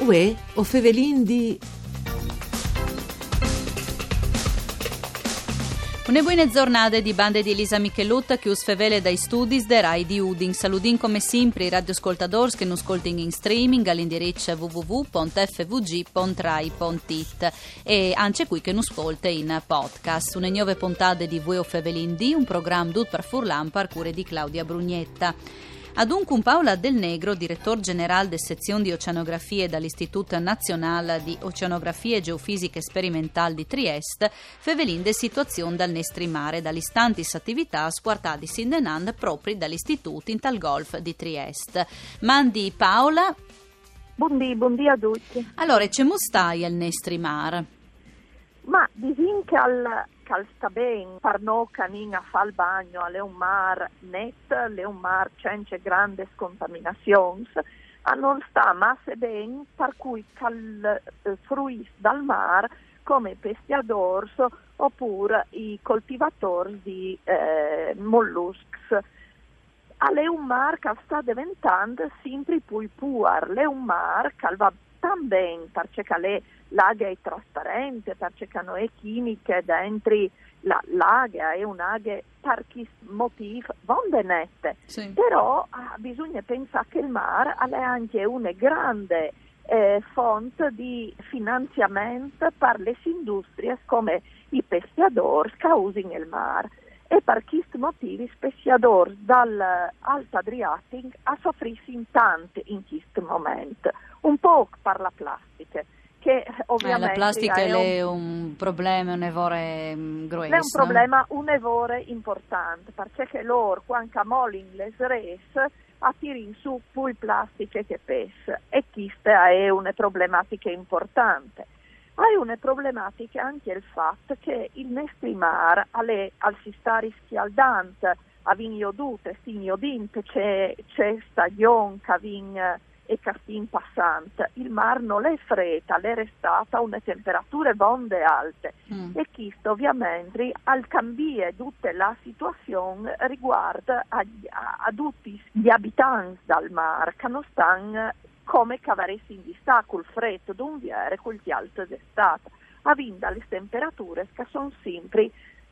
Uè, o Fevelin di... Une buone giornate di bande di Elisa Michelutta che us fevele dai studi de Rai di Udin. Saludin come sempre i radioascoltatori che non ascoltano in streaming all'indirizzo www.fvg.rai.it e anche qui che non ascolta in podcast. Une nuove puntate di Voi o Fevelin di, un programma tutto per Furlan per cure di Claudia Brugnetta. Adunque Paola Del Negro, direttore generale de sezione di oceanografie dall'Istituto Nazionale di Oceanografie e Geofisiche Sperimentali di Trieste, fevelin de situazione dal Nestrimare, dall'istantis attività squartati sin denand propri dall'Istituto in tal golf di Trieste. Mandi Paola. Buondì a tutti. Allora, c'è mustai al Nestrimare? Ma disin che al sta ben parno canin a fa il bagno alle un mar net, le un mar c'è grande scontaminazioni, a non sta masse ben per cui cal fruis dal mar come pesciadors oppure i coltivatori di molluscs. Alle un mar che sta diventando sempre più puar, le un mar che va tan ben perché l'agua è trasparente, perché non è chimiche dentro l'agua, è un'agua per chi motivo vonde nette. Sì. Però bisogna pensare che il mare è anche una grande fonte di finanziamento per le industrie come i pescatori che usano il mare. E per questi motivi i pescatori dall'Alto Adriatico a soffrire in tanto in questo momento. Un po' per la plastica, che ovviamente la plastica è un problema, un evore grosso. È un problema, un evore importante, perché loro, quando molin le res, attirano su più plastiche che pes, e questa è una problematica importante. È una problematica anche il fatto che il Nestrimar al si sta rischialdante, a vignodute, stignodinte, c'è stagione che e castin passante. Il mar non è fredda, è restata a una temperature bonde alte e questo ovviamente al cambiare tutta la situazione riguarda a tutti gli abitanti del mar che non stanno come cavaresi in distacco il freddo d'inverno con gli alti d'estate, avendo le temperature che sono sempre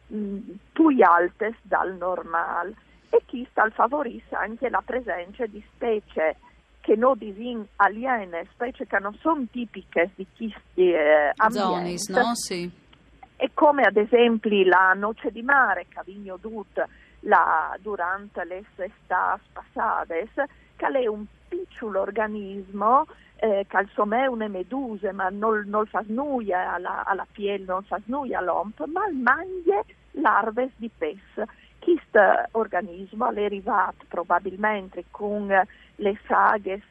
più alte dal normale e questo favorisce anche la presenza di specie che non disin aliene, specie che non sono tipiche di questi ambienti, no? Sì. E come ad esempio la noce di mare che abbiamo avuto durante le estate passate, che è un piccolo organismo che insomma è una medusa, ma non fa nulla alla pelle, non fa nulla all'omp, ma mangia larve di pesce. Questo organismo è arrivato probabilmente con le saghe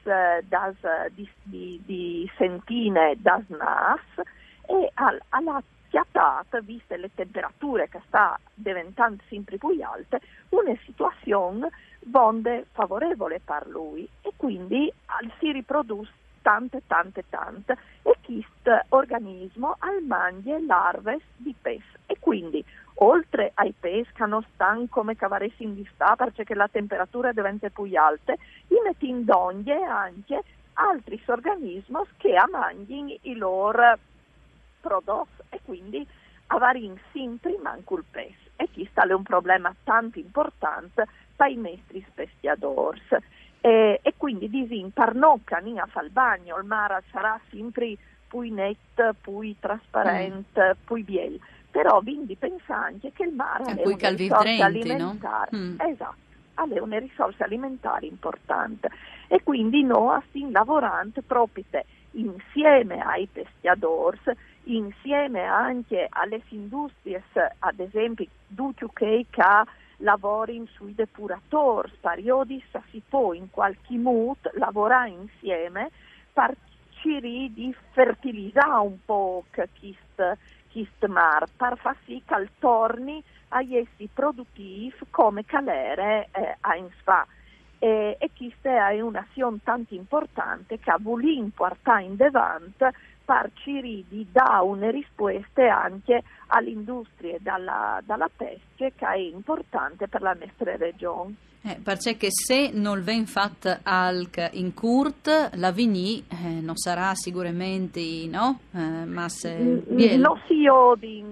di sentine das nas e alla chiatata, viste le temperature che sta diventando sempre più alte, una situazione bonde favorevole per lui e quindi si riproduce tante e questo organismo al mangia larve di pesce e quindi oltre ai pesci che non stanno come cavaresi in vista perché la temperatura diventa più alta, in tindoglie anche altri organismi che mangiano i loro prodotti e quindi avarin sempre manco il pesce e questo è un problema tanto importante per i nostri pescatori. E quindi disin per non canina fa il bagno, il mare sarà sempre più netto, più trasparente, più biel. Però quindi pensa anche che il mare è una risorsa alimentare, no? Esatto, è una risorsa alimentare importante e quindi noi stiamo lavorando proprio insieme ai pescatori, insieme anche alle industrie, ad esempio che lavorano sui depuratori, periodi si può in qualche modo lavorare insieme per cercare di fertilizzare un po' questo mar, per far sì che torni a essere produttivi come calere a insfa. E questa è un'azione tanto importante che vogliamo portare in avanti per cercare di dare una risposta anche all'industria dalla pesca che è importante per la nostra regione. Perché se non ven fat alc in curt, la vigni non sarà sicuramente, no? Ma se non si odin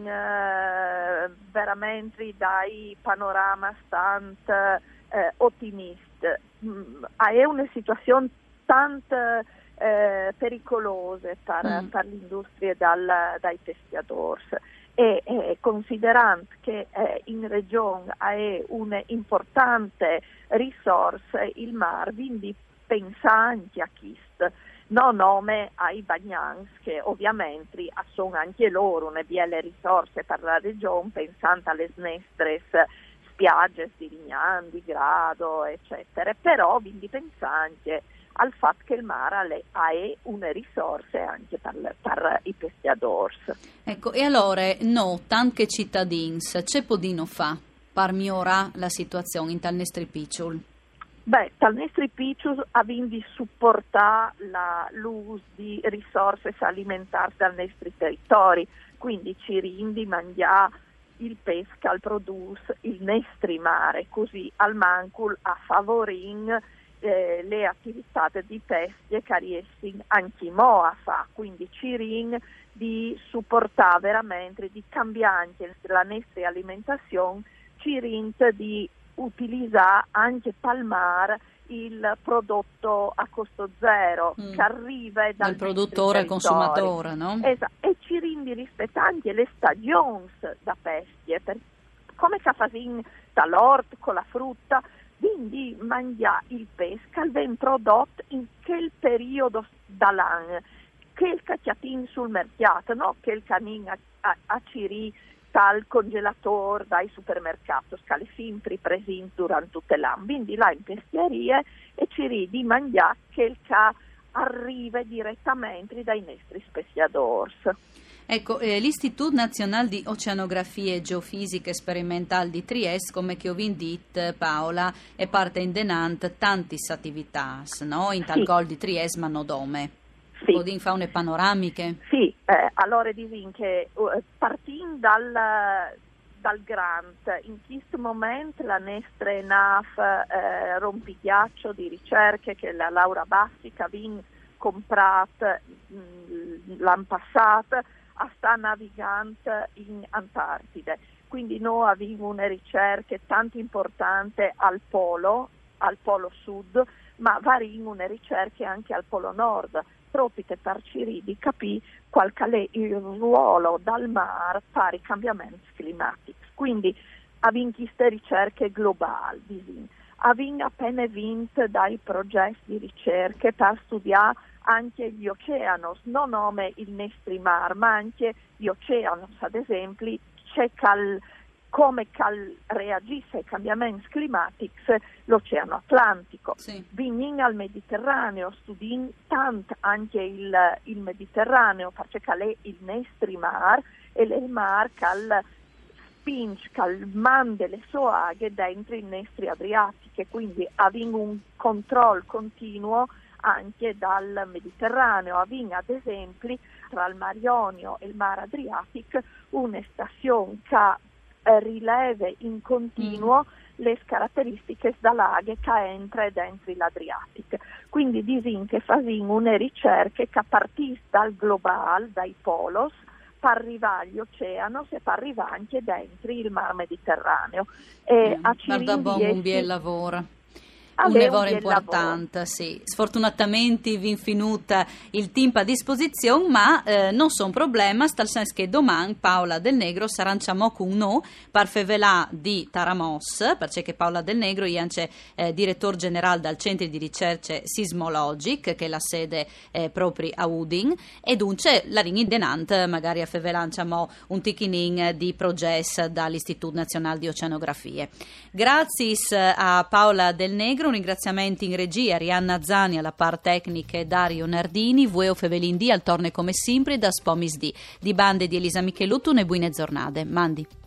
veramente dai panorama stant ottimist. È una situazione tanto pericolosa per l'industria dai pescatori. E considerando che in regione è un'importante risorsa il mare, quindi pensa anche a Chist, no nome ai bagnans che ovviamente sono anche loro una belle risorse per la regione, pensando alle nostre spiagge di Lignano, di Grado, eccetera, però quindi pensa anche al fatto che il mare è una risorsa anche per i pescatori. Ecco, e allora, no, tanti cittadini, c'è podino fa per migliorare la situazione in tal nostri piccioli? Tal nostri piccioli abbiamo di supportare l'uso di risorse alimentari dal nostri territori, quindi ci rindi mangiare il pesca, il produce, il nostro mare, così al mancul a favorire le attività di pesca che riescono anche mo a fare, quindi ci ring di supportare veramente, di cambiare anche la nostra alimentazione, ci ring di utilizzare anche palmare il prodotto a costo zero che arriva dal produttore al consumatore, no? Esatto, e ci rindi rispettare anche le stagioni da pesca, come che facciamo dall'orto con la frutta, quindi mangiare il pesca ben prodotto in quel periodo dall'anno, che il cacciatin sul mercato, no? Che il canin a ciri dal congelatore, dai supermercati, scale sempre presenti durante tutto l'anno, quindi là in pescheria e ciri di mangiare che il ca arriva direttamente dai nostri pescatori. Ecco, l'Istituto Nazionale di Oceanografia e Geofisica Sperimentale di Trieste, come che ho detto, Paola, è parte indenante tante attività, no? In tal gol di Trieste, ma non dome. Sì. Podin fa une panoramiche? Sì, allora disin che partendo dal grant, in questo momento la nostra NAF rompighiaccio di ricerche che la Laura Bassica vin comprata l'anno passato, sta navigando in Antartide, quindi noi abbiamo una ricerca tanto importante al polo sud, ma varino una ricerca anche al polo nord, proprio per cercare di capire qual è il ruolo dal mare per i cambiamenti climatici. Quindi abbiamo queste ricerche globali, abbiamo appena vinto dai progetti di ricerca per studiare anche gli oceani, non nome il nostro mare, ma anche gli oceani, ad esempio, c'è come reagisce ai cambiamenti climatici l'Oceano Atlantico. Sì. Vignin al Mediterraneo, studin tanto anche il Mediterraneo, perché è il nostro mare e il mare che spinge, che manda le sue aghe dentro i nostri Adriatiche, quindi abbiamo un controllo continuo anche dal Mediterraneo. Abbiamo ad esempio tra il Mar Ionio e il Mar Adriatico una stazione che rileva in continuo le caratteristiche dall'aghe che entra dentro l'Adriatico. Quindi disin che facciamo una ricerca che partisse dal globale, dai polos, per arrivare agli oceani e per arrivare anche dentro il Mar Mediterraneo. Guarda, un bel lavoro. Un lavoro importante, sì. Sfortunatamente vi infinuta il tempo a disposizione, ma non sono problema, sta il senso che domani Paola Del Negro sarà con noi per fevelà di Taramos, perché Paola Del Negro è anche direttore generale del Centro di Ricerche Sismologic, che è la sede proprio a Udin, e dunque la ring indenante magari a fevelà un ticchinin di progetti dall'Istituto Nazionale di Oceanografie. Grazie a Paola Del Negro. Un ringraziamento in regia a Rianna Zani alla par tecnica e Dario Nardini, Vueo Fevelin D al torne come sempre da Spomis D di bande di Elisa Michelutun e buone giornate. Mandi.